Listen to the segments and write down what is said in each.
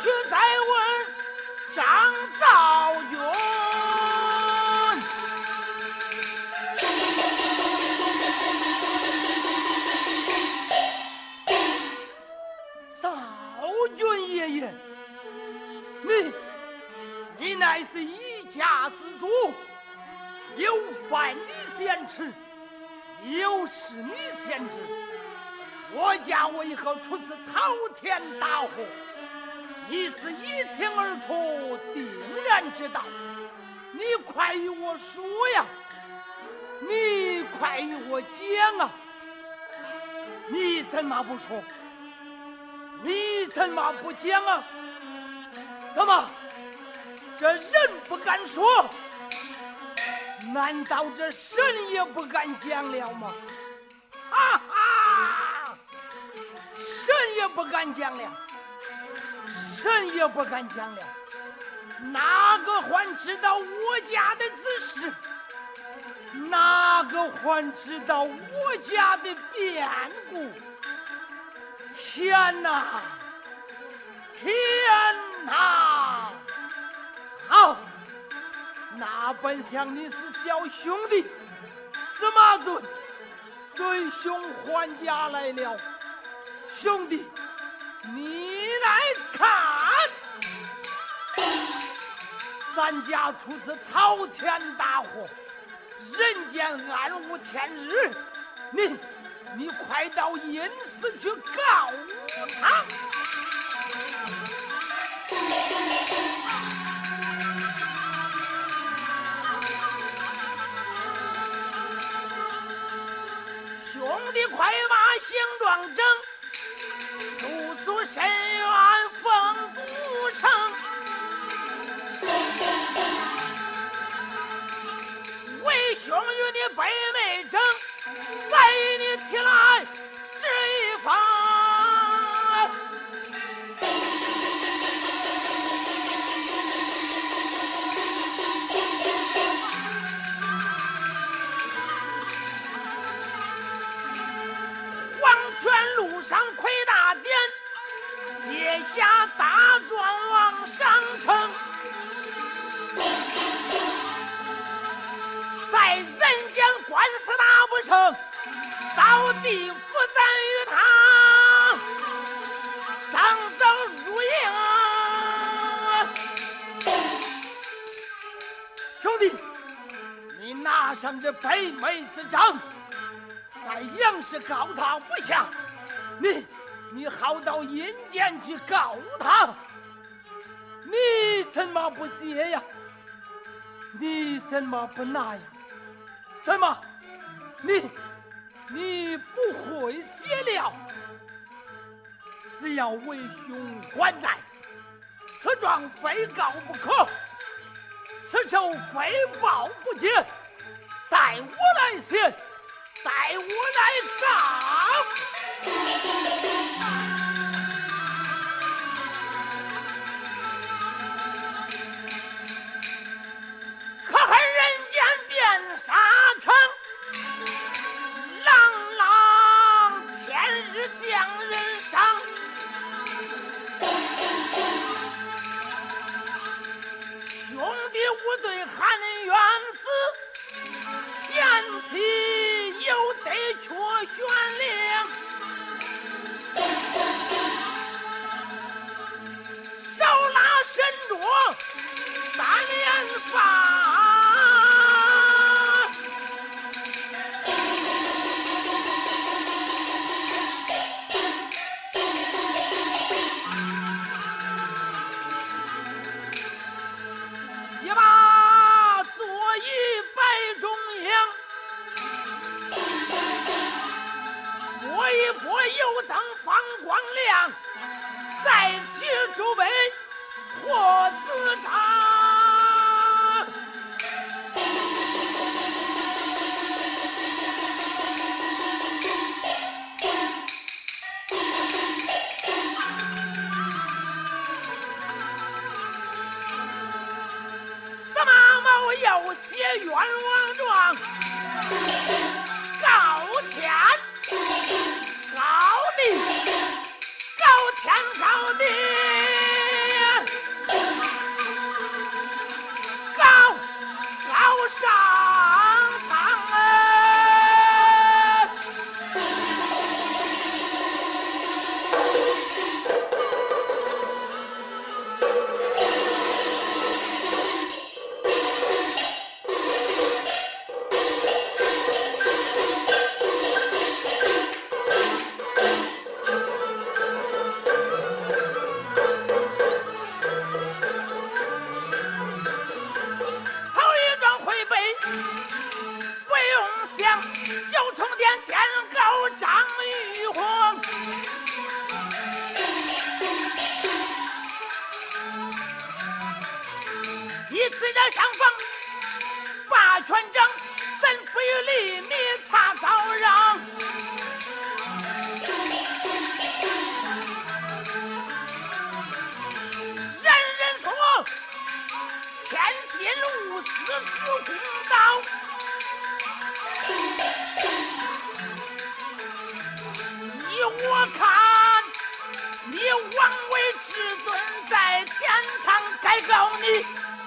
去再问张昭君。昭君爷爷，你乃是一家之主，有范蠡先吃，有侍女先知，我家为何出此滔天大祸？你是一听而出，定然知道。你快与我说呀，你快与我讲啊！你怎么不说？你怎么不讲啊？怎么这人不敢说？难道这神也不敢讲了吗？哈哈，神也不敢讲了，神也不敢讲了。哪个还知道我家的子事？哪个还知道我家的变故？天哪，天哪！好，那本想你是小兄弟，司马尊随兄还家来了。兄弟，你来看，咱家出此滔天大祸，人间暗无天日，你快到阴司去告他！兄弟，快把行状整，速速申冤奉都城。为兄与你北美争，再与你起来治一方。黄泉路上窥大典，写下大状往上呈。在人间官司打不成，到地府咱与他脏脏入营。兄弟，你拿上这北美之章，在阳世告他不下，你好到阴间去告他，你怎么不写呀？你怎么不拿呀？怎么，你不会写了？只要为兄还债，此状非告不可，此仇非报不结。待我来写，待我来告。可恨人间变沙城，朗朗天日将人伤。兄弟无罪含冤死，贤妻有得却悬铃。手拉神桌三连发，一把座椅摆中央，拨一拨油灯放光亮，再取诸杯或自尝。司马某要写冤枉状，告天告地，告天告地。 追在上方，把拳掌，怎不与黎民擦遭让？人人说千辛无私之公道，依我看，你枉为至尊，在天堂该告你。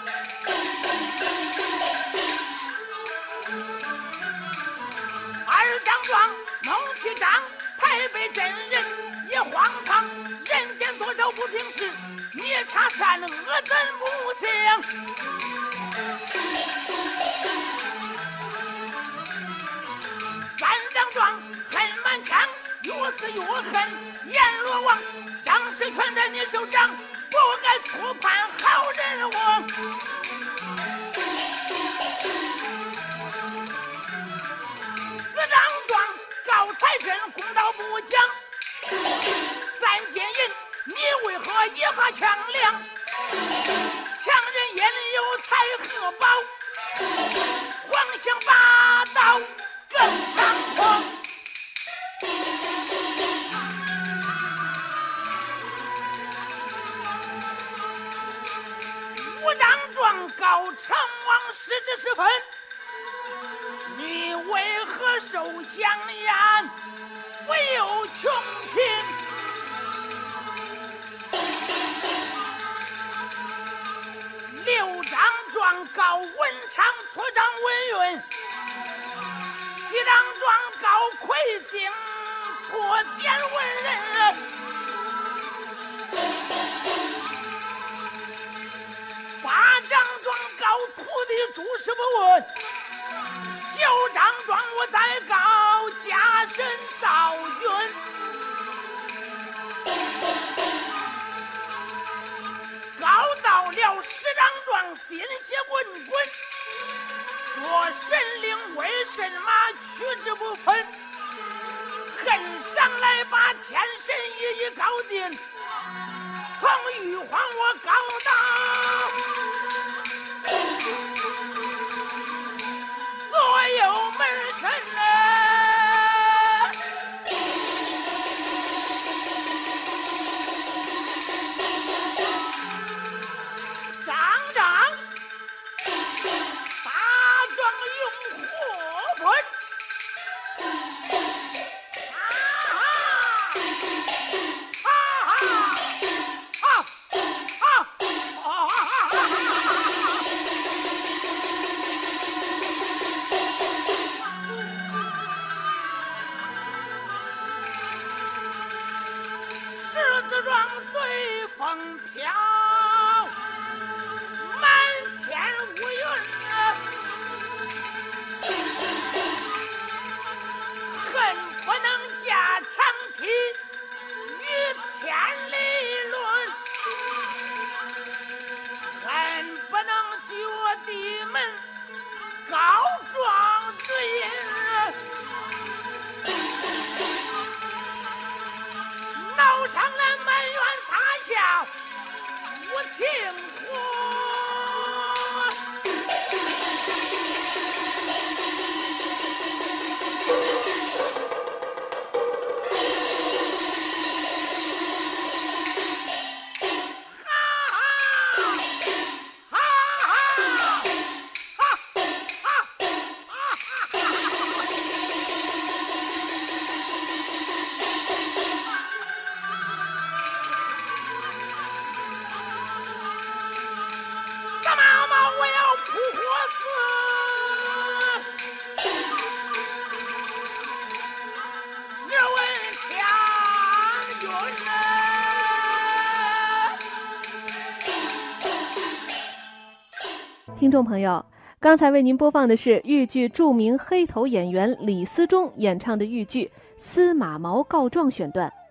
二张状弄起章，太被真人也荒唐。人间多少不平事，你查善恶怎不行？三张状恨满腔，越死越恨阎罗王，上世权在你手掌，不该触判好人王。四张状告财神公道不讲，三金银你为何一发强梁？强人眼里有财和宝，妄想霸道更猖狂。五张状告成王失职时分，你为何受香烟，唯有穷贫？六张状告文昌错掌文运，七张状告魁星错点文人，八张状告土地诸事不问，九张状我再告家神造运。告到了十张状，心血滚滚，说神灵为什么取之不分？恨上来把天神一一告尽，从玉皇我告到所有门神张张大状用火盆，十字状随风飘，满天乌云，恨不能架长梯与千里论，恨不能绝地门告状之音，闹上来埋怨撒下无情火。 听众朋友，刚才为您播放的是豫剧著名黑头演员李思忠演唱的豫剧《司马毛告状》选段。